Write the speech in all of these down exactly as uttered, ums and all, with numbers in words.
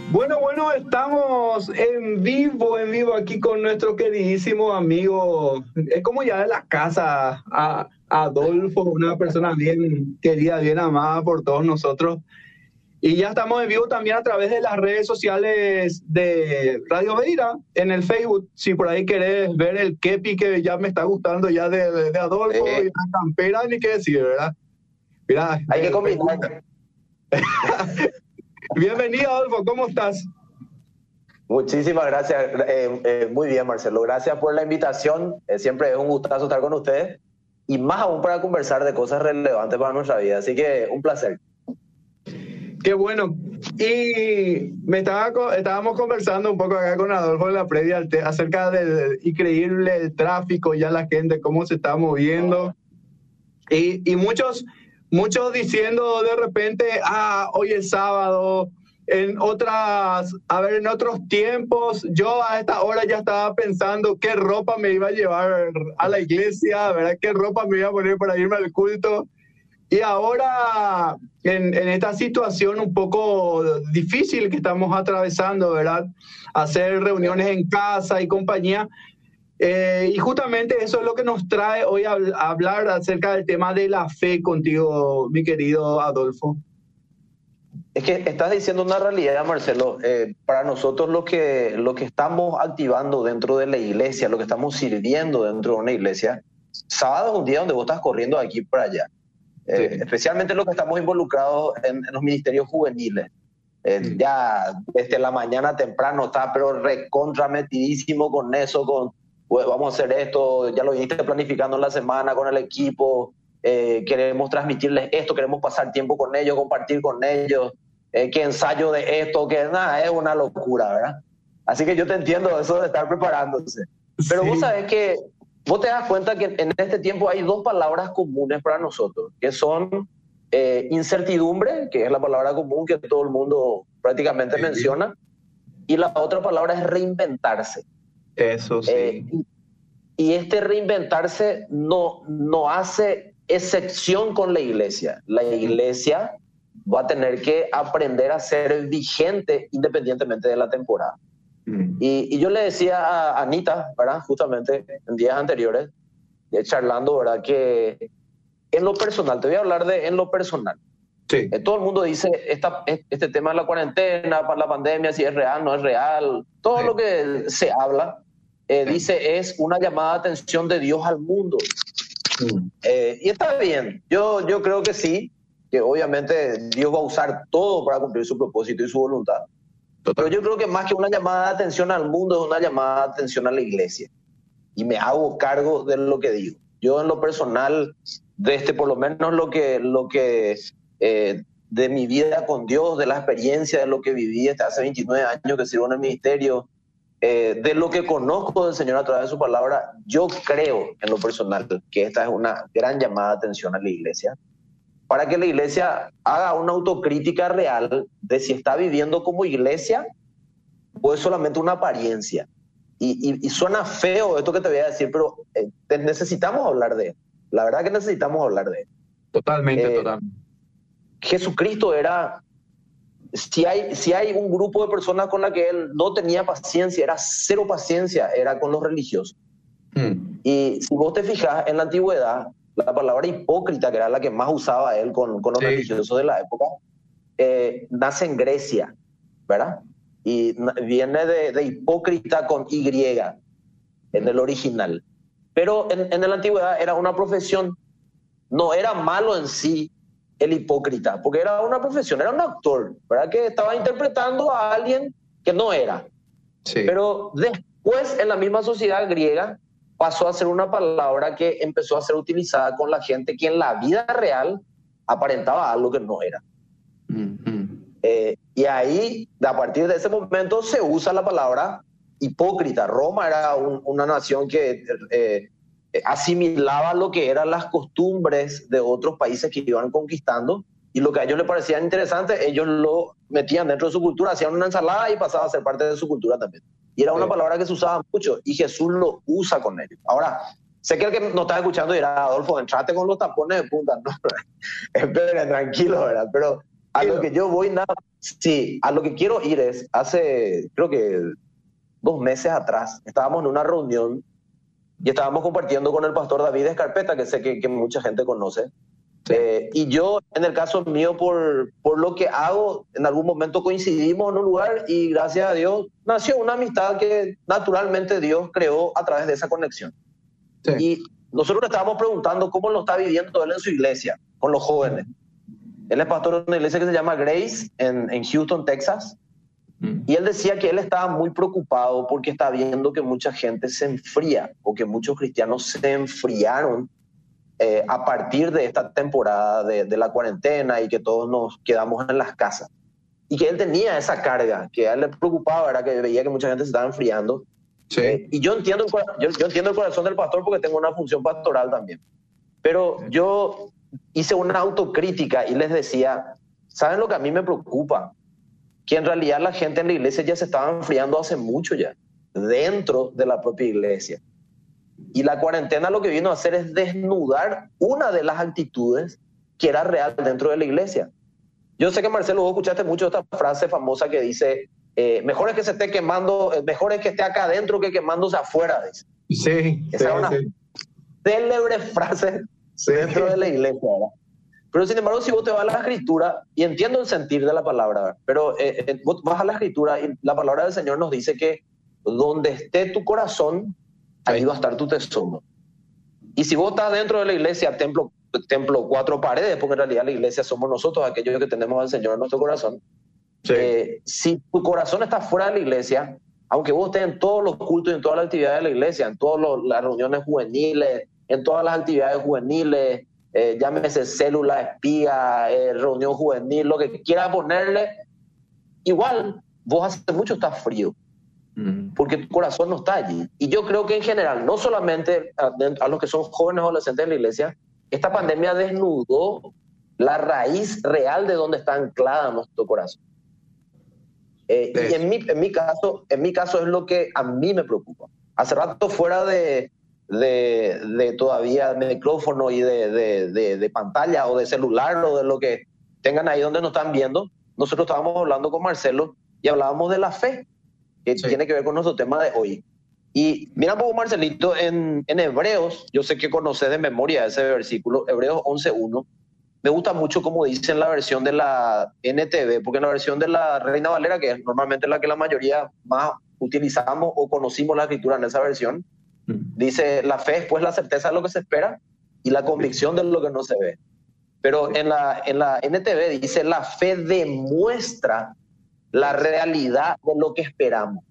Bueno, bueno, estamos en vivo, en vivo aquí con nuestro queridísimo amigo, es como ya de la casa, a Adolfo, una persona bien querida, bien amada por todos nosotros. Y ya estamos en vivo también a través de las redes sociales de Radio Beira, en el Facebook. Si por ahí querés ver el kepi que ya me está gustando ya de, de, de Adolfo, Eh, y la campera, ni qué decir, ¿verdad? Mira, hay eh, que combinar. bienvenido, Adolfo, ¿cómo estás? Muchísimas gracias. Eh, eh, muy bien, Marcelo. Gracias por la invitación. Eh, siempre es un gustazo estar con ustedes y más aún para conversar de cosas relevantes para nuestra vida. Así que un placer. Qué bueno. Y me estaba, estábamos conversando un poco acá con Adolfo en la previa acerca del increíble tráfico, ya la gente, cómo se está moviendo. Y, y muchos, muchos diciendo de repente, ah, hoy es sábado. En otras, a ver, en otros tiempos, yo a esta hora ya estaba pensando qué ropa me iba a llevar a la iglesia, ¿verdad? Qué ropa me iba a poner para irme al culto. Y ahora, en, en esta situación un poco difícil que estamos atravesando, ¿verdad? Hacer reuniones en casa y compañía. Eh, y justamente eso es lo que nos trae hoy a, a hablar acerca del tema de la fe contigo, mi querido Adolfo. Es que estás diciendo una realidad, Marcelo. Eh, para nosotros lo que, lo que estamos activando dentro de la iglesia, lo que estamos sirviendo dentro de una iglesia, sábado es un día donde vos estás corriendo de aquí para allá. Eh, sí. Especialmente los que estamos involucrados en, en los ministerios juveniles. Eh, mm. Ya desde la mañana temprano está, pero recontra metidísimo con eso, con pues, vamos a hacer esto, ya lo viniste planificando en la semana con el equipo, eh, queremos transmitirles esto, queremos pasar tiempo con ellos, compartir con ellos, eh, que ensayo de esto, que nada, es una locura, ¿verdad? Así que yo te entiendo eso de estar preparándose. Pero sí. Vos sabés que vos te das cuenta que en este tiempo hay dos palabras comunes para nosotros, que son eh, incertidumbre, que es la palabra común que todo el mundo prácticamente sí. menciona, y la otra palabra es reinventarse. Eso sí. Eh, y, y este reinventarse no, no hace excepción con la iglesia. La iglesia va a tener que aprender a ser vigente independientemente de la temporada. Y, y yo le decía a Anita, ¿verdad? Justamente en días anteriores, eh, charlando, ¿verdad? Que en lo personal, te voy a hablar de en lo personal. Sí. Eh, todo el mundo dice esta, este tema de la cuarentena, para la pandemia, si es real, no es real. Todo sí. lo que se habla, eh, sí. dice, es una llamada de atención de Dios al mundo. Mm. Eh, y está bien, yo, yo creo que sí, que obviamente Dios va a usar todo para cumplir su propósito y su voluntad. Pero yo creo que más que una llamada de atención al mundo, es una llamada de atención a la iglesia. Y me hago cargo de lo que digo. Yo en lo personal, de este, por lo menos lo que, lo que eh, de mi vida con Dios, de la experiencia de lo que viví hasta hace veintinueve años que sirvo en el ministerio, eh, de lo que conozco del Señor a través de su palabra, yo creo en lo personal que esta es una gran llamada de atención a la iglesia, para que la iglesia haga una autocrítica real de si está viviendo como iglesia o es solamente una apariencia. Y, y, y suena feo esto que te voy a decir, pero eh, necesitamos hablar de él. La verdad que necesitamos hablar de él. Totalmente, eh, totalmente. Jesucristo era, si hay, si hay un grupo de personas con la que él no tenía paciencia, era cero paciencia, era con los religiosos. Hmm. Y si vos te fijas, en la antigüedad, la palabra hipócrita, que era la que más usaba él con, con los sí. religiosos de la época, eh, nace en Grecia, ¿verdad? Y viene de, de hipócrita con Y, en el original. Pero en, en la antigüedad era una profesión, no era malo en sí el hipócrita, porque era una profesión, era un actor, ¿verdad? Que estaba interpretando a alguien que no era. Sí. Pero después, en la misma sociedad griega, pasó a ser una palabra que empezó a ser utilizada con la gente que en la vida real aparentaba algo que no era. Mm-hmm. Eh, y ahí, a partir de ese momento, se usa la palabra hipócrita. Roma era un, una nación que eh, asimilaba lo que eran las costumbres de otros países que iban conquistando, y lo que a ellos les parecía interesante, ellos lo metían dentro de su cultura, hacían una ensalada y pasaba a ser parte de su cultura también. Y era una sí. palabra que se usaba mucho, y Jesús lo usa con ellos. Ahora, sé que el que nos está escuchando dirá, Adolfo, entrate con los tapones de punta. No, esperen, tranquilo, ¿verdad? Pero a lo que yo voy, nada, Sí, a lo que quiero ir es, hace creo que dos meses atrás, estábamos en una reunión y estábamos compartiendo con el pastor David Escarpeta, que sé que, que mucha gente conoce. Sí. Eh, y yo, en el caso mío, por, por lo que hago, en algún momento coincidimos en un lugar y gracias a Dios nació una amistad que naturalmente Dios creó a través de esa conexión. Sí. Y nosotros le estábamos preguntando cómo lo está viviendo él en su iglesia, con los jóvenes. Él es pastor de una iglesia que se llama Grace en, en Houston, Texas. Mm. Y él decía que él estaba muy preocupado porque está viendo que mucha gente se enfría o que muchos cristianos se enfriaron eh, a partir de esta temporada de, de la cuarentena y que todos nos quedamos en las casas. Y que él tenía esa carga, que a él le preocupaba, era que veía que mucha gente se estaba enfriando. Sí. Eh, y yo entiendo, el, yo, yo entiendo el corazón del pastor porque tengo una función pastoral también. Pero sí. Yo hice una autocrítica y les decía, ¿saben lo que a mí me preocupa? Que en realidad la gente en la iglesia ya se estaba enfriando hace mucho ya, dentro de la propia iglesia. Y la cuarentena lo que vino a hacer es desnudar una de las actitudes que era real dentro de la iglesia. Yo sé que, Marcelo, vos escuchaste mucho esta frase famosa que dice, eh, mejor es que se esté quemando, eh, mejor es que esté acá adentro que quemándose afuera. Dice. Sí, Esa sí, es una sí. célebre frase sí. Dentro de la iglesia, ¿verdad? Pero sin embargo, si vos te vas a la escritura, y entiendo el sentir de la palabra, pero eh, eh, vos vas a la escritura y la palabra del Señor nos dice que donde esté tu corazón, ahí va a estar tu tesoro. Y si vos estás dentro de la iglesia, templo, templo cuatro paredes, porque en realidad la iglesia somos nosotros, aquellos que tenemos al Señor en nuestro corazón. Sí. Eh, si tu corazón está fuera de la iglesia, aunque vos estés en todos los cultos y en todas las actividades de la iglesia, en todas los, las reuniones juveniles, en todas las actividades juveniles, eh, llámese célula, espía, eh, reunión juvenil, lo que quieras ponerle, igual vos hace mucho estás frío. Porque tu corazón no está allí. Y yo creo que en general, no solamente a, a los que son jóvenes o adolescentes de la iglesia, esta pandemia desnudó la raíz real de donde está anclada nuestro corazón. Eh, y en mi, en, mi caso, en mi caso es lo que a mí me preocupa. Hace rato fuera de, de, de todavía de micrófono y de, de, de, de pantalla o de celular o de lo que tengan ahí donde nos están viendo, nosotros estábamos hablando con Marcelo y hablábamos de la fe, que sí. Tiene que ver con nuestro tema de hoy. Y mira un poco, Marcelito, en, en Hebreos, yo sé que conoces de memoria ese versículo, Hebreos once uno, me gusta mucho como dice en la versión de la N T V, porque en la versión de la Reina Valera, que es normalmente la que la mayoría más utilizamos o conocimos la escritura en esa versión, mm. dice, la fe es pues la certeza de lo que se espera y la convicción de lo que no se ve. Pero en la, en la N T V dice, la fe demuestra la realidad de lo que esperamos.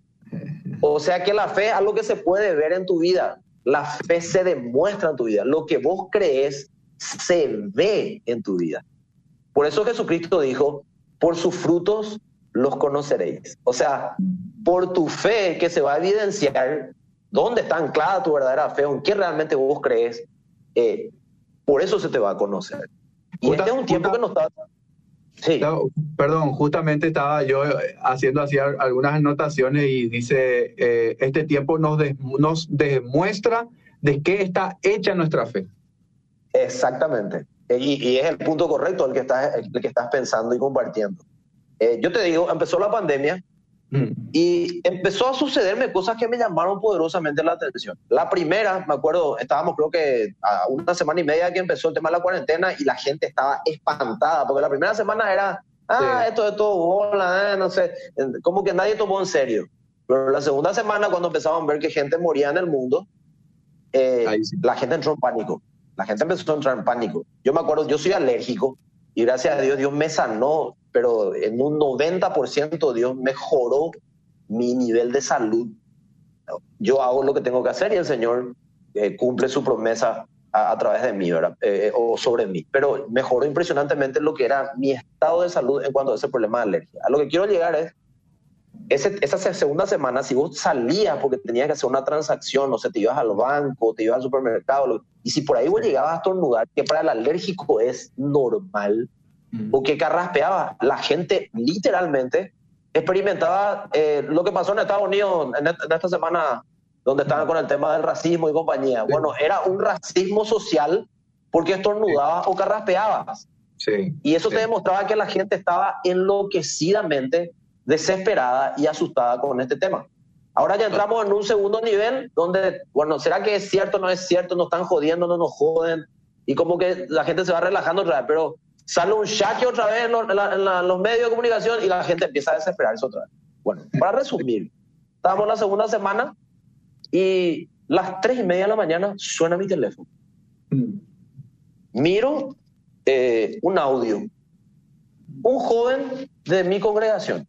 O sea que la fe es algo que se puede ver en tu vida. La fe se demuestra en tu vida. Lo que vos crees se ve en tu vida. Por eso Jesucristo dijo, por sus frutos los conoceréis. O sea, por tu fe que se va a evidenciar dónde está anclada tu verdadera fe, en qué realmente vos crees, eh, por eso se te va a conocer. Y Justa, este es un tiempo justa, que nos está... Sí. No, perdón, justamente estaba yo haciendo así algunas anotaciones y dice, eh, este tiempo nos, de, nos demuestra de qué está hecha nuestra fe. Exactamente. Y, y es el punto correcto el que estás, el que estás pensando y compartiendo. Eh, yo te digo, empezó la pandemia mm. y empezó a sucederme cosas que me llamaron poderosamente la atención. La primera, me acuerdo, estábamos creo que a una semana y media que empezó el tema de la cuarentena y la gente estaba espantada, porque la primera semana era, ah, sí. esto es todo bola, eh, no sé, como que nadie tomó en serio. Pero la segunda semana, cuando empezaban a ver que gente moría en el mundo, eh, sí. la gente entró en pánico. La gente empezó a entrar en pánico. Yo me acuerdo, yo soy alérgico y gracias a Dios, Dios me sanó, pero en un noventa por ciento Dios mejoró mi nivel de salud. Yo hago lo que tengo que hacer y el Señor eh, cumple su promesa a, a través de mí, ¿verdad? Eh, o sobre mí. Pero mejoró impresionantemente lo que era mi estado de salud en cuanto a ese problema de alergia. A lo que quiero llegar es, ese, esa segunda semana, si vos salías porque tenías que hacer una transacción, o sea, te ibas al banco, te ibas al supermercado, lo, y si por ahí vos llegabas a estornudar, que para el alérgico es normal, mm. o que carraspeaba, la gente literalmente experimentaba eh, lo que pasó en Estados Unidos en, et- en esta semana, donde estaban con el tema del racismo y compañía. Bueno, era un racismo social porque estornudabas o carraspeabas. Sí, y eso sí. te demostraba que la gente estaba enloquecidamente desesperada y asustada con este tema. Ahora ya entramos en un segundo nivel donde, bueno, ¿será que es cierto, no es cierto? ¿Nos están jodiendo, no nos joden? Y como que la gente se va relajando otra vez, pero sale un shaky otra vez en los, en la, en la, en los medios de comunicación y la gente empieza a desesperarse otra vez. Bueno, para resumir, estábamos en la segunda semana y las tres y media de la mañana suena mi teléfono. Mm. Miro eh, un audio. Un joven de mi congregación.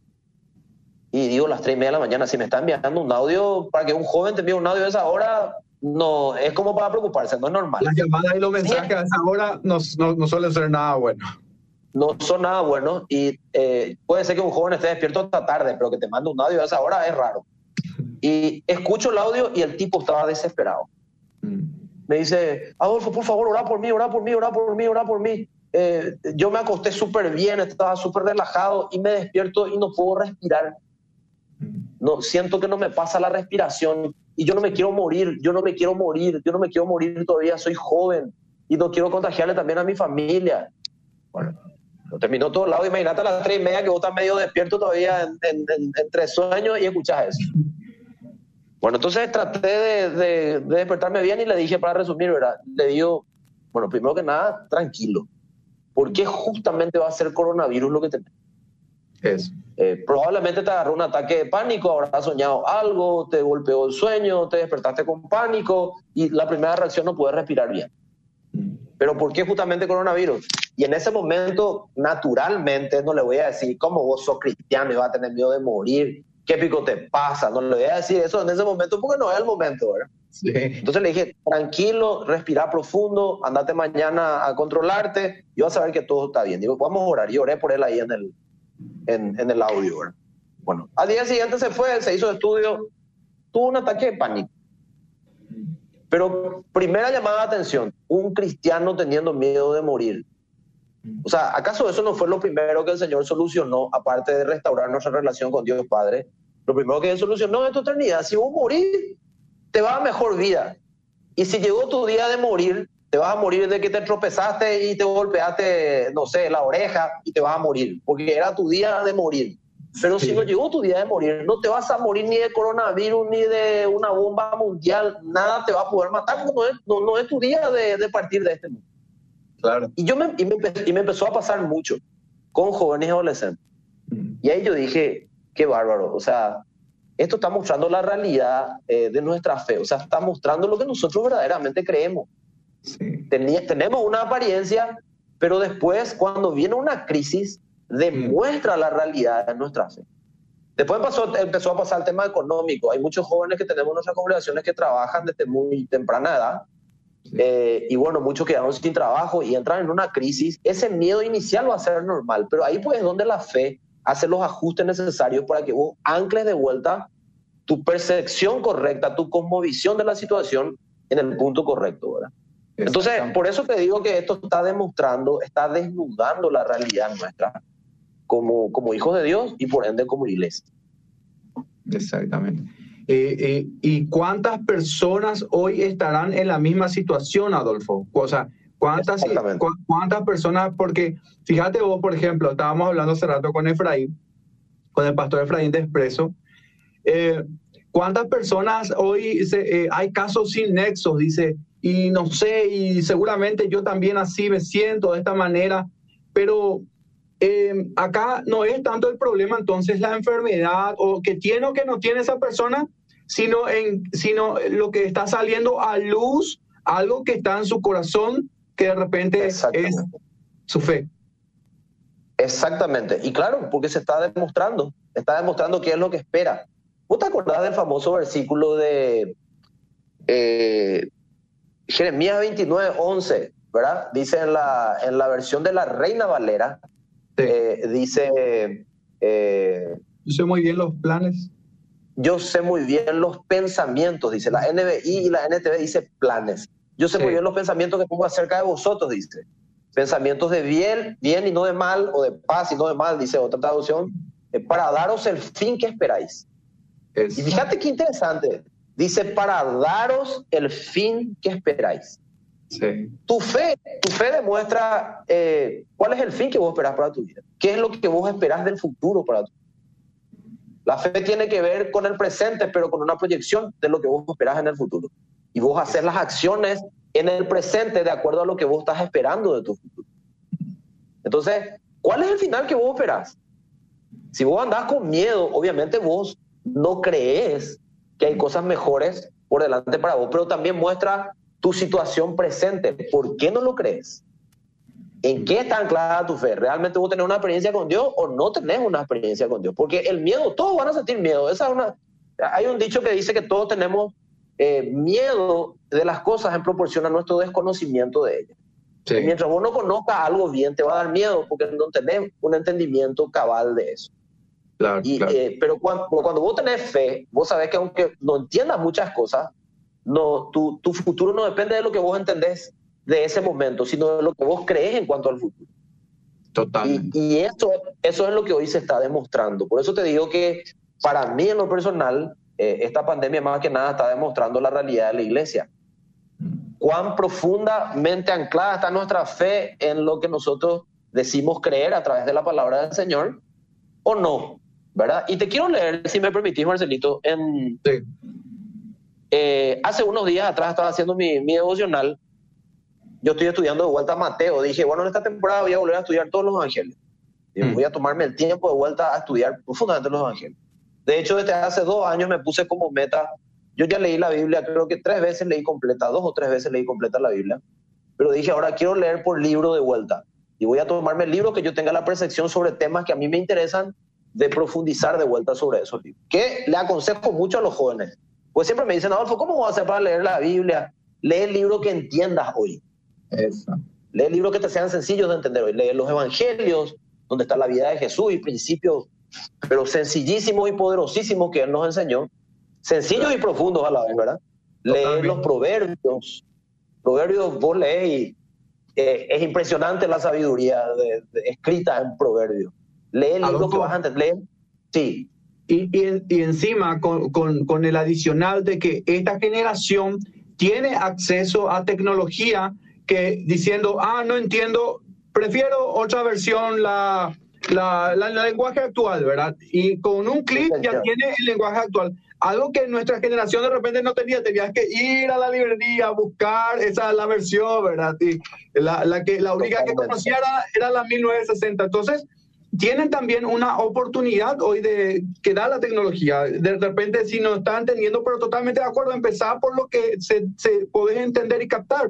Y digo, las tres y media de la mañana, si me está enviando un audio, para que un joven te envíe un audio a esa hora, no, es como para preocuparse, no es normal. Las llamadas y los mensajes Sí. a esa hora no, no, no suelen ser nada bueno. No son nada buenos y eh, puede ser que un joven esté despierto hasta tarde, pero que te mande un audio a esa hora es raro. Y escucho el audio y el tipo estaba desesperado. Mm. Me dice, Adolfo, por favor, orá por mí, orá por mí, orá por mí, orá por mí. Eh, yo me acosté súper bien, estaba súper relajado y me despierto y no puedo respirar. No, siento que no me pasa la respiración y yo no me quiero morir, yo no me quiero morir, yo no me quiero morir todavía, soy joven y no quiero contagiarle también a mi familia. Bueno, no terminó todo el lado, imagínate a las tres y media que vos estás medio despierto todavía en, en, en, entre sueños y escuchás eso. Bueno, entonces traté de, de, de despertarme bien y le dije, para resumir, ¿verdad? Le digo, bueno, primero que nada, tranquilo, porque justamente va a ser coronavirus lo que tenés. Eso. Eh, probablemente te agarró un ataque de pánico, habrás soñado algo, te golpeó el sueño, te despertaste con pánico y la primera reacción no puedes respirar bien. Pero ¿por qué justamente coronavirus? Y en ese momento, naturalmente, no le voy a decir, ¿cómo vos sos cristiano y vas a tener miedo de morir? ¿Qué pico te pasa? No le voy a decir eso en ese momento porque no es el momento, ¿verdad? Sí. Entonces le dije, tranquilo, respira profundo, andate mañana a controlarte y vas a ver que todo está bien. Digo, vamos a orar. Y oré por él ahí en el, en, en el audio, ¿verdad? Bueno, al día siguiente se fue, se hizo estudio, tuvo un ataque de pánico. Pero primera llamada de atención, un cristiano teniendo miedo de morir. O sea, ¿acaso eso no fue lo primero que el Señor solucionó, aparte de restaurar nuestra relación con Dios Padre? Lo primero que Él solucionó es tu eternidad. Si vos morís, te va a mejor vida. Y si llegó tu día de morir, te vas a morir de que te tropezaste y te golpeaste, no sé, la oreja y te vas a morir, porque era tu día de morir. Pero sí. Si no llegó tu día de morir, no te vas a morir ni de coronavirus, ni de una bomba mundial, nada te va a poder matar, no es, no, no es tu día de, de partir de este mundo. Claro. Y, yo me, y, me, y me empezó a pasar mucho con jóvenes y adolescentes. Mm. Y ahí yo dije, qué bárbaro, o sea, esto está mostrando la realidad eh, de nuestra fe, o sea, está mostrando lo que nosotros verdaderamente creemos. Sí. Ten, tenemos una apariencia, pero después, cuando viene una crisis, demuestra mm. la realidad de nuestra fe. Después pasó, empezó a pasar el tema económico. Hay muchos jóvenes que tenemos en nuestras congregaciones que trabajan desde muy temprana edad. Sí. Eh, y bueno, muchos quedaron sin trabajo y entran en una crisis. Ese miedo inicial va a ser normal, pero ahí pues es donde la fe hace los ajustes necesarios para que vos ancles de vuelta tu percepción correcta, tu cosmovisión de la situación en el punto correcto, ¿verdad? Entonces, por eso te digo que esto está demostrando, está desnudando la realidad nuestra como, como hijos de Dios y por ende como iglesia. Exactamente. Eh, eh, ¿Y cuántas personas hoy estarán en la misma situación, Adolfo? O sea, ¿cuántas, cu ¿cuántas personas? Porque fíjate vos, por ejemplo, estábamos hablando hace rato con Efraín, con el pastor Efraín de Expreso. Eh, ¿Cuántas personas hoy se, eh, hay casos sin nexos? Dice, y no sé, y seguramente yo también así me siento de esta manera, pero eh, acá no es tanto el problema entonces la enfermedad o que tiene o que no tiene esa persona, sino, en, sino lo que está saliendo a luz, algo que está en su corazón, que de repente es su fe. Exactamente, y claro, porque se está demostrando, está demostrando qué es lo que espera. ¿Vos te acordás del famoso versículo de eh, Jeremías veintinueve, once, ¿verdad? Dice en la, en la versión de la Reina Valera, sí. eh, dice... Eh, yo sé muy bien los planes. Yo sé muy bien los pensamientos, dice la N B I y la N T V dice planes. Yo sé sí. muy bien los pensamientos que pongo acerca de vosotros, dice. Pensamientos de bien, bien y no de mal, o de paz y no de mal, dice otra traducción, eh, para daros el fin que esperáis. Es... Y fíjate qué interesante, dice para daros el fin que esperáis. Sí. Tu fe, tu fe demuestra eh, cuál es el fin que vos esperás para tu vida. ¿Qué es lo que vos esperás del futuro para tu vida? La fe tiene que ver con el presente, pero con una proyección de lo que vos esperás en el futuro. Y vos hacer las acciones en el presente de acuerdo a lo que vos estás esperando de tu futuro. Entonces, ¿cuál es el final que vos esperás? Si vos andás con miedo, obviamente vos no crees que hay cosas mejores por delante para vos, pero también muestra tu situación presente. ¿Por qué no lo crees? ¿En qué está anclada tu fe? ¿Realmente vos tenés una experiencia con Dios o no tenés una experiencia con Dios? Porque el miedo, todos van a sentir miedo. Esa es una, hay un dicho que dice que todos tenemos eh, miedo de las cosas en proporción a nuestro desconocimiento de ellas. Sí. Mientras vos no conozcas algo bien, te va a dar miedo porque no tenés un entendimiento cabal de eso. Claro, y, claro. Eh, pero cuando, cuando vos tenés fe, vos sabés que aunque no entiendas muchas cosas, no, tu, tu futuro no depende de lo que vos entendés de ese momento, sino de lo que vos crees en cuanto al futuro. Totalmente. Y, y eso, eso es lo que hoy se está demostrando. Por eso te digo que para mí en lo personal, eh, esta pandemia más que nada está demostrando la realidad de la iglesia. Cuán profundamente anclada está nuestra fe en lo que nosotros decimos creer a través de la palabra del Señor o no, ¿verdad? Y te quiero leer, si me permitís, Marcelito, en, sí. eh, hace unos días atrás estaba haciendo mi, mi devocional. Yo estoy estudiando de vuelta a Mateo. Dije, bueno, en esta temporada voy a volver a estudiar todos los evangelios. Mm. Voy a tomarme el tiempo de vuelta a estudiar profundamente los evangelios. De hecho, desde hace dos años me puse como meta. Yo ya leí la Biblia, creo que tres veces leí completa, dos o tres veces leí completa la Biblia. Pero dije, ahora quiero leer por libro de vuelta. Y voy a tomarme el libro que yo tenga la percepción sobre temas que a mí me interesan, de profundizar de vuelta sobre esos libros. Que le aconsejo mucho a los jóvenes. Pues siempre me dicen, Adolfo, ¿cómo vas a hacer para leer la Biblia? Lee el libro que entiendas hoy. Eso. Lee libros que te sean sencillos de entender hoy. Lee los evangelios, donde está la vida de Jesús y principios, pero sencillísimos y poderosísimos que Él nos enseñó. Sencillos claro. y profundos a la vez, ¿verdad? Totalmente. Lee los proverbios. Proverbios, vos lees y eh, es impresionante la sabiduría de, de, escrita en proverbios. Lee el libro que vas a entender. Sí. Y, y, y encima con, con, con el adicional de que esta generación tiene acceso a tecnología que diciendo, ah, no entiendo, prefiero otra versión, la, la, la, la lenguaje actual, ¿verdad? Y con un clic ya tiene el lenguaje actual. Algo que nuestra generación de repente no tenía, tenías que ir a la librería a buscar esa la versión, ¿verdad? Y la, la, que, la única que conocía era, era la mil novecientos sesenta. Entonces, tienen también una oportunidad hoy de que da la tecnología. De repente, si no están entendiendo, pero totalmente de acuerdo, empezar por lo que se, se podés entender y captar.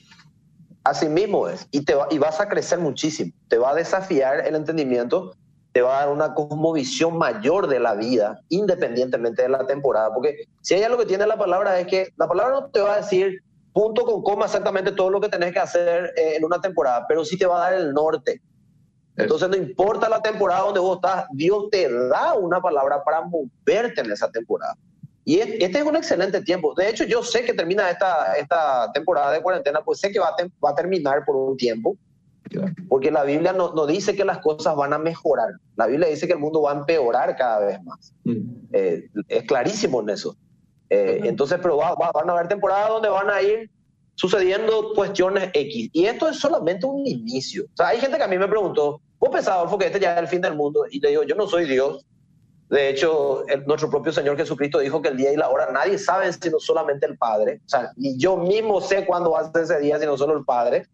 Así mismo es, y, te va, y vas a crecer muchísimo, te va a desafiar el entendimiento, te va a dar una cosmovisión mayor de la vida, independientemente de la temporada, porque si hay algo que tiene la palabra es que la palabra no te va a decir punto con coma exactamente todo lo que tenés que hacer eh, en una temporada, pero sí te va a dar el norte. Entonces no importa la temporada donde vos estás, Dios te da una palabra para moverte en esa temporada. Y este es un excelente tiempo. De hecho, yo sé que termina esta, esta temporada de cuarentena, pues sé que va a, te, va a terminar por un tiempo, porque la Biblia no, no dice que las cosas van a mejorar. La Biblia dice que el mundo va a empeorar cada vez más. Mm. Eh, es clarísimo en eso. Eh, uh-huh. Entonces, pero va, va, van a haber temporadas donde van a ir sucediendo cuestiones X. Y esto es solamente un inicio. O sea, hay gente que a mí me preguntó, ¿vos pensabas, Adolfo, que este ya es el fin del mundo? Y le digo, yo no soy Dios. De hecho, el, nuestro propio Señor Jesucristo dijo que el día y la hora nadie sabe sino solamente el Padre. O sea, ni yo mismo sé cuándo va a ser ese día sino solo el Padre.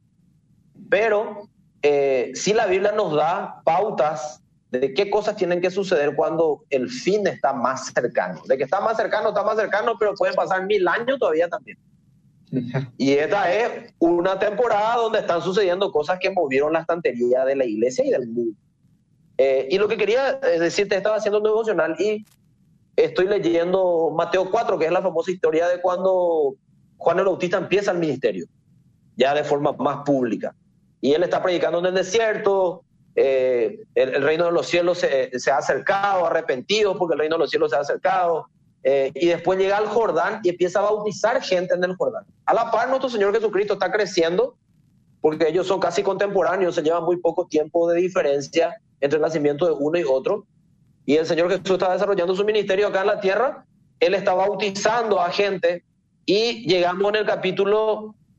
Pero eh, sí la Biblia nos da pautas de qué cosas tienen que suceder cuando el fin está más cercano. De que está más cercano, está más cercano, pero pueden pasar mil años todavía también. Y esta es una temporada donde están sucediendo cosas que movieron la estantería de la iglesia y del mundo. Eh, y lo que quería decirte, estaba haciendo un devocional y estoy leyendo Mateo cuatro, que es la famosa historia de cuando Juan el Bautista empieza el ministerio, ya de forma más pública. Y él está predicando en el desierto, eh, el, el reino de los cielos se, se ha acercado, arrepentido porque el reino de los cielos se ha acercado. Eh, y después llega al Jordán y empieza a bautizar gente en el Jordán. A la par, nuestro Señor Jesucristo está creciendo, porque ellos son casi contemporáneos, se llevan muy poco tiempo de diferencia entre el nacimiento de uno y otro, y el Señor Jesús está desarrollando su ministerio acá en la tierra. Él está bautizando a gente, y llegamos en el capítulo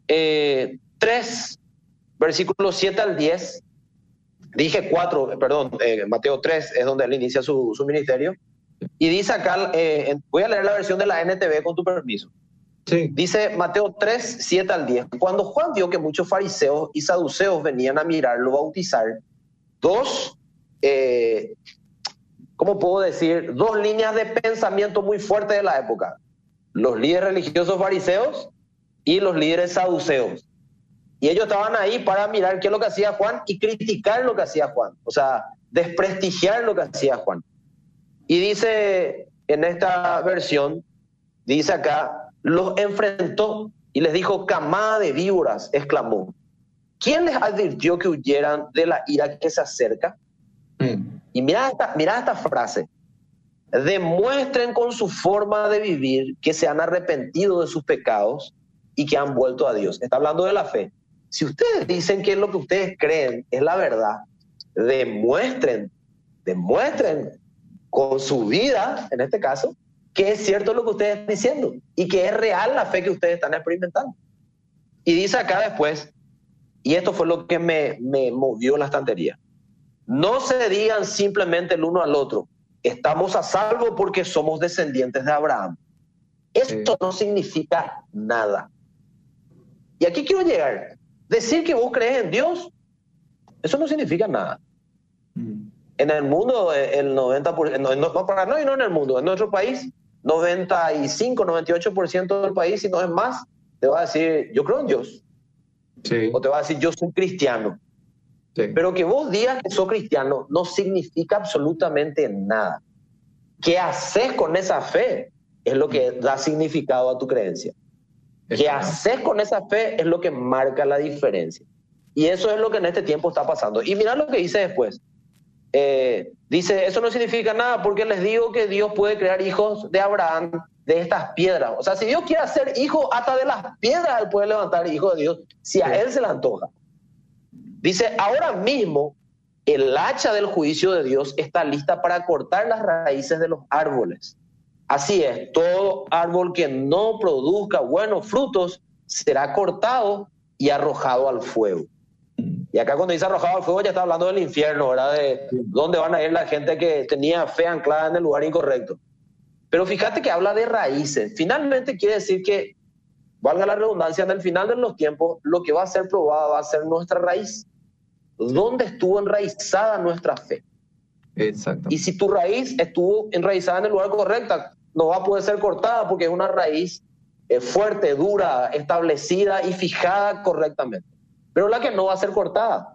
eh, tres, versículos siete al diez, dije cuatro, perdón, eh, Mateo tres es donde él inicia su, su ministerio, y dice acá, eh, voy a leer la versión de la N T V con tu permiso. Sí. Dice Mateo tres, siete al diez. Cuando Juan vio que muchos fariseos y saduceos venían a mirarlo bautizar, dos, eh, ¿cómo puedo decir? Dos líneas de pensamiento muy fuertes de la época. Los líderes religiosos fariseos y los líderes saduceos. Y ellos estaban ahí para mirar qué es lo que hacía Juan y criticar lo que hacía Juan. O sea, desprestigiar lo que hacía Juan. Y dice en esta versión, dice acá, los enfrentó y les dijo, camada de víboras, exclamó. ¿Quién les advirtió que huyeran de la ira que se acerca? Mm. Y mira esta, mira esta frase. Demuestren con su forma de vivir que se han arrepentido de sus pecados y que han vuelto a Dios. Está hablando de la fe. Si ustedes dicen que lo que ustedes creen es la verdad, demuestren, demuestren con su vida, en este caso, que es cierto lo que ustedes están diciendo y que es real la fe que ustedes están experimentando. Y dice acá después, y esto fue lo que me, me movió la estantería, no se digan simplemente el uno al otro, estamos a salvo porque somos descendientes de Abraham. Esto no significa nada. Y aquí quiero llegar. Decir que vos crees en Dios, eso no significa nada. Mm. En el mundo, el noventa por ciento, no, no, para no, y no en el mundo, en nuestro país, noventa y cinco, noventa y ocho por ciento del país, si no es más, te va a decir, yo creo en Dios. Sí. O te va a decir, yo soy cristiano. Sí. Pero que vos digas que sos cristiano no significa absolutamente nada. ¿Qué haces con esa fe? Es lo que da significado a tu creencia. ¿Qué haces con esa fe? Es lo que marca la diferencia. Y eso es lo que en este tiempo está pasando. Y mirá lo que dice después. Eh, dice, eso no significa nada porque les digo que Dios puede crear hijos de Abraham de estas piedras. O sea, si Dios quiere hacer hijos hasta de las piedras, Él puede levantar hijos de Dios si a Él se le antoja. Dice, ahora mismo el hacha del juicio de Dios está lista para cortar las raíces de los árboles. Así es, todo árbol que no produzca buenos frutos será cortado y arrojado al fuego. Y acá cuando dice arrojado al fuego ya está hablando del infierno, ¿verdad? De dónde van a ir la gente que tenía fe anclada en el lugar incorrecto. Pero fíjate que habla de raíces. Finalmente quiere decir que, valga la redundancia, en el final de los tiempos, lo que va a ser probado va a ser nuestra raíz. ¿Dónde estuvo enraizada nuestra fe? Exacto. Y si tu raíz estuvo enraizada en el lugar correcto, no va a poder ser cortada porque es una raíz eh, fuerte, dura, establecida y fijada correctamente. Pero la que no va a ser cortada.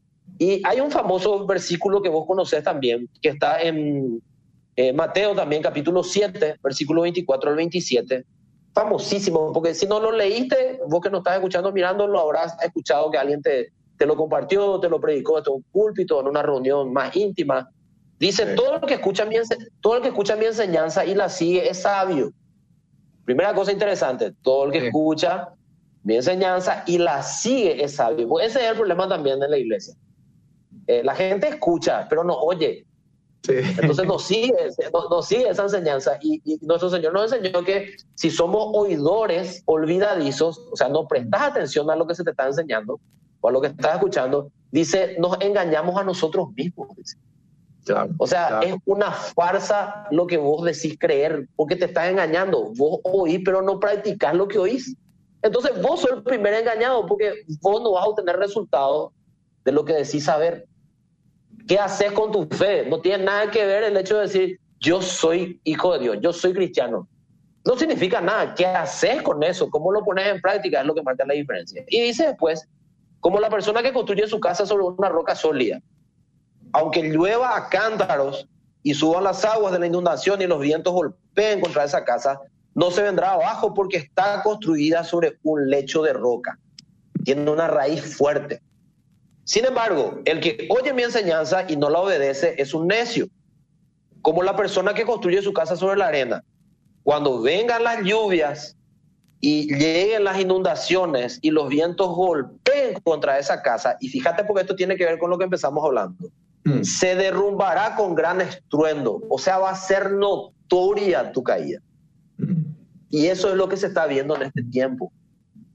Y hay un famoso versículo que vos conocés también, que está en eh, Mateo también, capítulo siete, versículo veinticuatro al veintisiete. Famosísimo, porque si no lo leíste, vos que no estás escuchando, mirando, lo habrás escuchado que alguien te, te lo compartió, te lo predicó en un púlpito, en una reunión más íntima. Dice, sí. todo, el que escucha mi, todo el que escucha mi enseñanza y la sigue es sabio. Primera cosa interesante, todo el que sí. escucha mi enseñanza y la sigue es sabio. Pues ese es el problema también de la iglesia. Eh, la gente escucha, pero no oye. Sí. Entonces no sigue, no, no sigue esa enseñanza. Y, y nuestro Señor nos enseñó que si somos oidores olvidadizos, o sea, no prestas atención a lo que se te está enseñando o a lo que estás escuchando, dice, nos engañamos a nosotros mismos. Dice. Claro, o sea, claro. es una farsa lo que vos decís creer, porque te estás engañando. Vos oís, pero no practicás lo que oís. Entonces vos sos el primer engañado, porque vos no vas a obtener resultados de lo que decís saber. ¿Qué haces con tu fe? No tiene nada que ver el hecho de decir, yo soy hijo de Dios, yo soy cristiano. No significa nada. ¿Qué haces con eso? ¿Cómo lo pones en práctica? Es lo que marca la diferencia. Y dice después, como la persona que construye su casa sobre una roca sólida, aunque llueva a cántaros y suban las aguas de la inundación y los vientos golpeen contra esa casa, no se vendrá abajo porque está construida sobre un lecho de roca. Tiene una raíz fuerte. Sin embargo, el que oye mi enseñanza y no la obedece es un necio, como la persona que construye su casa sobre la arena. Cuando vengan las lluvias y lleguen las inundaciones y los vientos golpeen contra esa casa, y fíjate porque esto tiene que ver con lo que empezamos hablando, mm. se derrumbará con gran estruendo, o sea, va a ser notoria tu caída. Mm. Y eso es lo que se está viendo en este tiempo.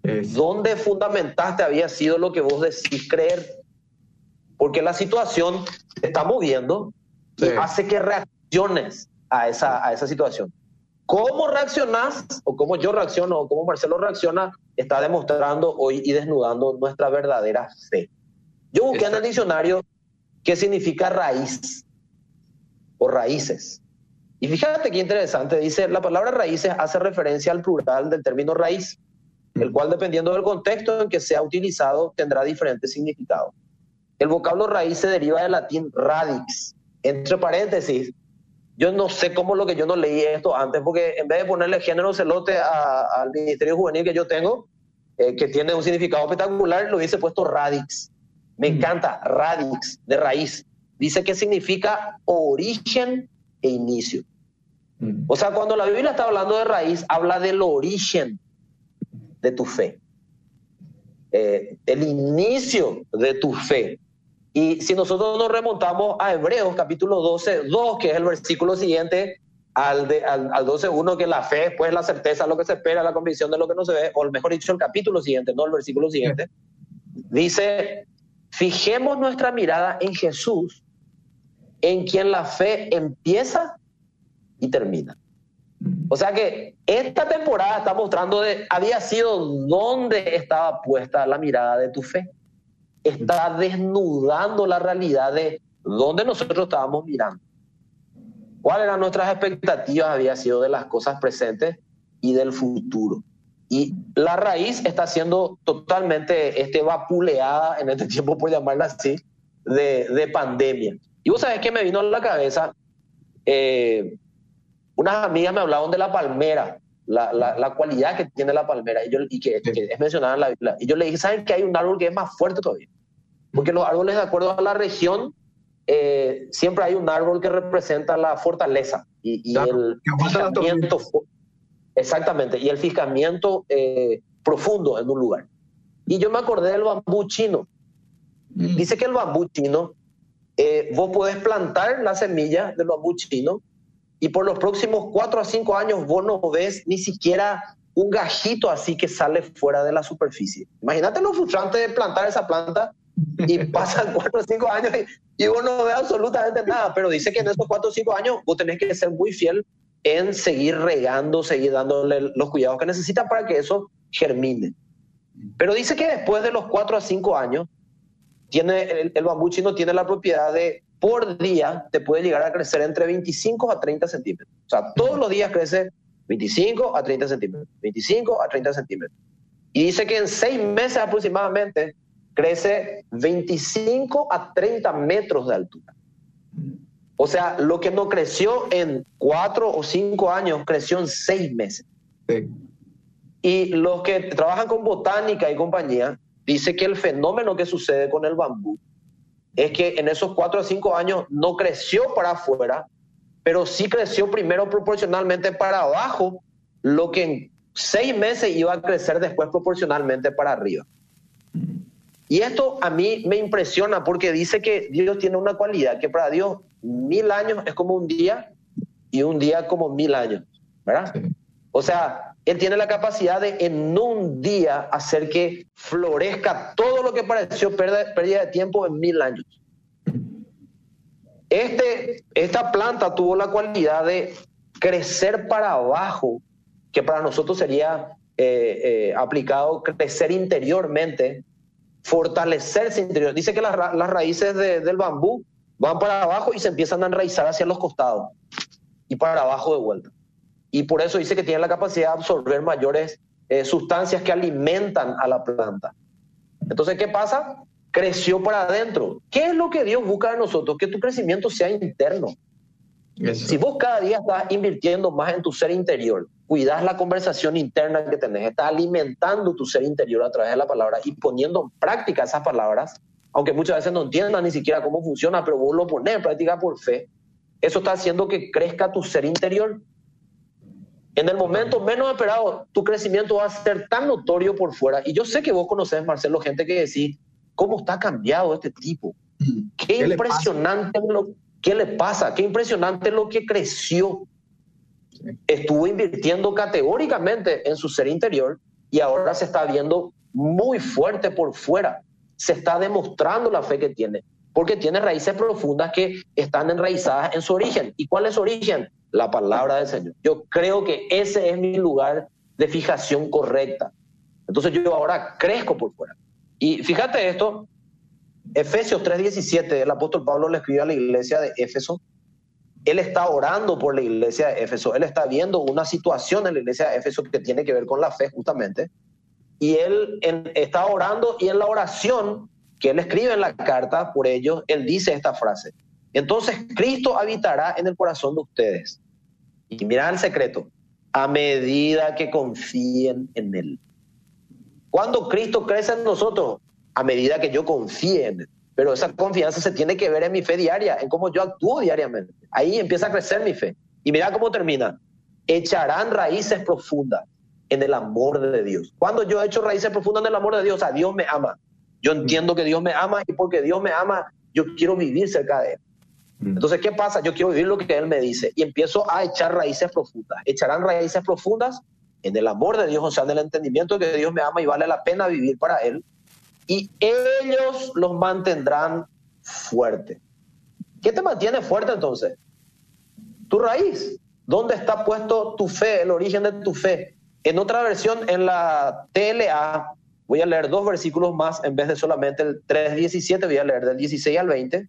Es. ¿Dónde fundamentaste había sido lo que vos decís creer? Porque la situación te está moviendo y sí. hace que reacciones a esa, a esa situación. ¿Cómo reaccionás o cómo yo reacciono o cómo Marcelo reacciona está demostrando hoy y desnudando nuestra verdadera fe? Yo busqué Exacto. en el diccionario qué significa raíz o raíces. Y fíjate qué interesante, dice, la palabra raíces hace referencia al plural del término raíz, el cual dependiendo del contexto en que sea utilizado tendrá diferentes significados. El vocablo raíz se deriva del latín radix, entre paréntesis. Yo no sé cómo lo que yo no leí esto antes, porque en vez de ponerle género celote al Ministerio Juvenil que yo tengo, eh, que tiene un significado espectacular, lo hubiese puesto radix. Me mm. encanta, radix, de raíz. Dice que significa origen e inicio. Mm. O sea, cuando la Biblia está hablando de raíz, habla del origen de tu fe. Eh, el inicio de tu fe. Y si nosotros nos remontamos a Hebreos capítulo doce, dos, que es el versículo siguiente al, de, al, al doce uno, que la fe, pues la certeza, lo que se espera, la convicción de lo que no se ve, o mejor dicho, el capítulo siguiente, no el versículo siguiente, dice, fijemos nuestra mirada en Jesús, en quien la fe empieza y termina. O sea que esta temporada está mostrando de, había sido dónde estaba puesta la mirada de tu fe. Está desnudando la realidad de dónde nosotros estábamos mirando. ¿Cuáles eran nuestras expectativas? Había sido de las cosas presentes y del futuro. Y la raíz está siendo totalmente este, vapuleada en este tiempo, por llamarla así, de, de pandemia. Y vos sabés que me vino a la cabeza, eh, unas amigas me hablaban de la palmera, la, la, la cualidad que tiene la palmera y, yo, y que, que es mencionada en la Biblia. Y yo le dije, ¿saben que hay un árbol que es más fuerte todavía? Porque los árboles, de acuerdo a la región, eh, siempre hay un árbol que representa la fortaleza y, y claro, el fijamiento, exactamente, y el fijamiento eh, profundo en un lugar. Y yo me acordé del bambú chino. Mm. Dice que el bambú chino, eh, vos podés plantar la semilla del bambú chino y por los próximos cuatro a cinco años vos no ves ni siquiera un gajito así que sale fuera de la superficie. Imagínate lo frustrante de plantar esa planta y pasan cuatro o cinco años y, y vos no ves absolutamente nada, pero dice que en esos cuatro o cinco años vos tenés que ser muy fiel en seguir regando, seguir dándole los cuidados que necesitas para que eso germine. Pero dice que después de los cuatro a cinco años, tiene, el, el bambú chino tiene la propiedad de, por día, te puede llegar a crecer entre veinticinco a treinta centímetros. O sea, todos los días crece veinticinco a treinta centímetros, veinticinco a treinta centímetros. Y dice que en seis meses aproximadamente crece veinticinco a treinta metros de altura. O sea, lo que no creció en cuatro o cinco años, creció en seis meses. Sí. Y los que trabajan con botánica y compañía, dice que el fenómeno que sucede con el bambú es que en esos cuatro o cinco años no creció para afuera, pero sí creció primero proporcionalmente para abajo, lo que en seis meses iba a crecer después proporcionalmente para arriba. Y esto a mí me impresiona porque dice que Dios tiene una cualidad, que para Dios mil años es como un día y un día como mil años, ¿verdad? Sí. O sea, Él tiene la capacidad de en un día hacer que florezca todo lo que pareció pérdida, pérdida de tiempo en mil años. Este, esta planta tuvo la cualidad de crecer para abajo, que para nosotros sería eh, eh, aplicado crecer interiormente, fortalecerse interior. Dice que las, ra las raíces de, del bambú van para abajo y se empiezan a enraizar hacia los costados y para abajo de vuelta. Y por eso dice que tiene la capacidad de absorber mayores eh, sustancias que alimentan a la planta. Entonces, ¿qué pasa? Creció para adentro. ¿Qué es lo que Dios busca de nosotros? Que tu crecimiento sea interno. Eso. Si vos cada día estás invirtiendo más en tu ser interior, cuidas la conversación interna que tenés, estás alimentando tu ser interior a través de la palabra y poniendo en práctica esas palabras, aunque muchas veces no entiendas ni siquiera cómo funciona, pero vos lo pones en práctica por fe, eso está haciendo que crezca tu ser interior. En el momento menos esperado, tu crecimiento va a ser tan notorio por fuera. Y yo sé que vos conocés, Marcelo, gente que decís, ¿cómo está cambiado este tipo? Qué, ¿Qué impresionante le lo ¿Qué le pasa? Qué impresionante lo que creció. Sí. Estuvo invirtiendo categóricamente en su ser interior y ahora se está viendo muy fuerte por fuera. Se está demostrando la fe que tiene, porque tiene raíces profundas que están enraizadas en su origen. ¿Y cuál es su origen? La palabra del Señor. Yo creo que ese es mi lugar de fijación correcta. Entonces yo ahora crezco por fuera. Y fíjate esto, Efesios tres diecisiete, el apóstol Pablo le escribe a la iglesia de Éfeso. Él está orando por la iglesia de Éfeso. Él está viendo una situación en la iglesia de Éfeso que tiene que ver con la fe justamente. Y él en, está orando, y en la oración que él escribe en la carta por ellos, él dice esta frase: entonces Cristo habitará en el corazón de ustedes. Y mira el secreto: a medida que confíen en él. ¿Cuándo Cristo crece en nosotros? A medida que yo confíe en él. Pero esa confianza se tiene que ver en mi fe diaria, en cómo yo actúo diariamente. Ahí empieza a crecer mi fe. Y mira cómo termina: echarán raíces profundas en el amor de Dios. Cuando yo he hecho raíces profundas en el amor de Dios, o sea, Dios me ama. Yo entiendo que Dios me ama, y porque Dios me ama, yo quiero vivir cerca de él. Entonces, ¿qué pasa? Yo quiero vivir lo que él me dice, y empiezo a echar raíces profundas. Echarán raíces profundas en el amor de Dios, o sea, en el entendimiento de que Dios me ama y vale la pena vivir para él, y ellos los mantendrán fuertes. ¿Qué te mantiene fuerte entonces? Tu raíz. ¿Dónde está puesto tu fe, el origen de tu fe? En otra versión, en la T L A, voy a leer dos versículos más en vez de solamente el tres diecisiete, voy a leer del dieciséis al veinte.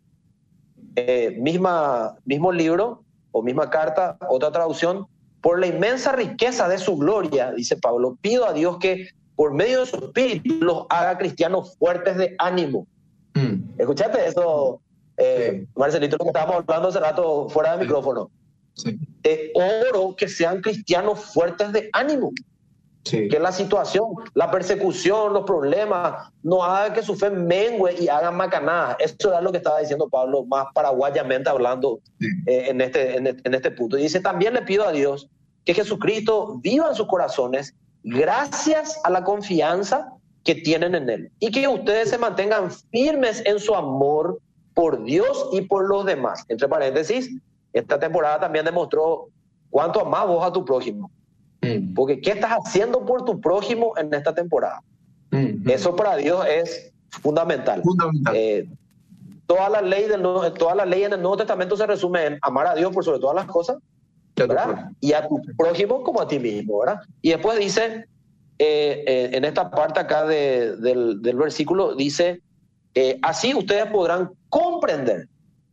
Eh, misma, mismo libro o misma carta, otra traducción. Por la inmensa riqueza de su gloria, dice Pablo, pido a Dios que por medio de su espíritu los haga cristianos fuertes de ánimo. Mm. ¿Escuchaste eso, eh, sí. Marcelito, lo que estábamos hablando hace rato fuera de sí. micrófono? Sí. Eh, oro que sean cristianos fuertes de ánimo. Sí. Que la situación, la persecución, los problemas no hagan que su fe mengue y hagan macanadas. Eso es lo que estaba diciendo Pablo, más paraguayamente hablando, sí. eh, en, este, en, este, en este punto. Y dice: también le pido a Dios que Jesucristo viva en sus corazones gracias a la confianza que tienen en él, y que ustedes se mantengan firmes en su amor por Dios y por los demás. Entre paréntesis, esta temporada también demostró cuánto amás vos a tu prójimo. Mm. Porque ¿qué estás haciendo por tu prójimo en esta temporada? Mm. Eso para Dios es fundamental. fundamental. Eh, toda la ley del Nuevo, toda la ley en el Nuevo Testamento se resume en amar a Dios por sobre todas las cosas, ¿verdad? Y a tu prójimo como a ti mismo, ¿verdad? Y después dice, eh, eh, en esta parte acá de, del, del versículo, dice, eh, así ustedes podrán comprender,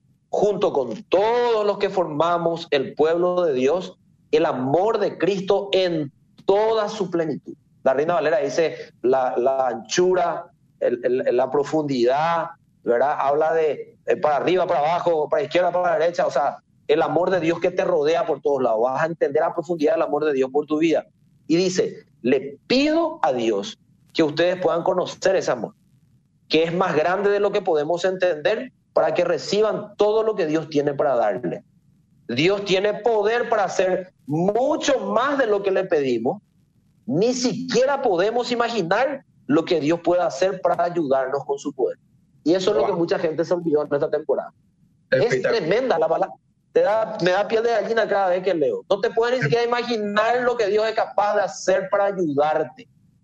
junto con todos los que formamos el pueblo de Dios, el amor de Cristo en toda su plenitud. La Reina Valera dice la, la anchura, el, el, la profundidad, ¿verdad? Habla de eh, para arriba, para abajo, para izquierda, para derecha, o sea, el amor de Dios que te rodea por todos lados. Vas a entender la profundidad del amor de Dios por tu vida. Y dice, le pido a Dios que ustedes puedan conocer ese amor, que es más grande de lo que podemos entender, para que reciban todo lo que Dios tiene para darle. Dios tiene poder para hacer mucho más de lo que le pedimos. Ni siquiera podemos imaginar lo que Dios puede hacer para ayudarnos con su poder. Y eso es wow. lo que mucha gente se olvidó en esta temporada. Es tremenda la palabra. Te da, me da piel de gallina cada vez que leo. No te puedes ni siquiera imaginar lo que Dios es capaz de hacer para ayudarte.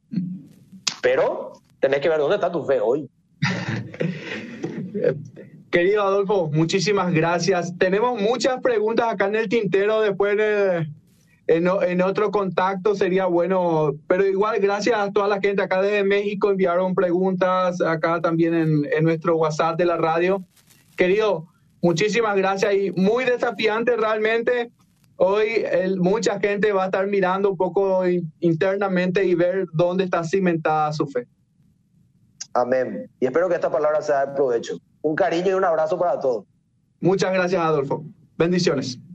Pero tenés que ver dónde está tu fe hoy. Querido Adolfo, muchísimas gracias. Tenemos muchas preguntas acá en el tintero. Después de, en, en otro contacto sería bueno, pero igual gracias a toda la gente acá desde México, enviaron preguntas acá también en, en nuestro WhatsApp de la radio. Querido, muchísimas gracias, y muy desafiante realmente. Hoy el, mucha gente va a estar mirando un poco in, internamente y ver dónde está cimentada su fe. Amén. Y espero que esta palabra sea de provecho. Un cariño y un abrazo para todos. Muchas gracias, Adolfo. Bendiciones.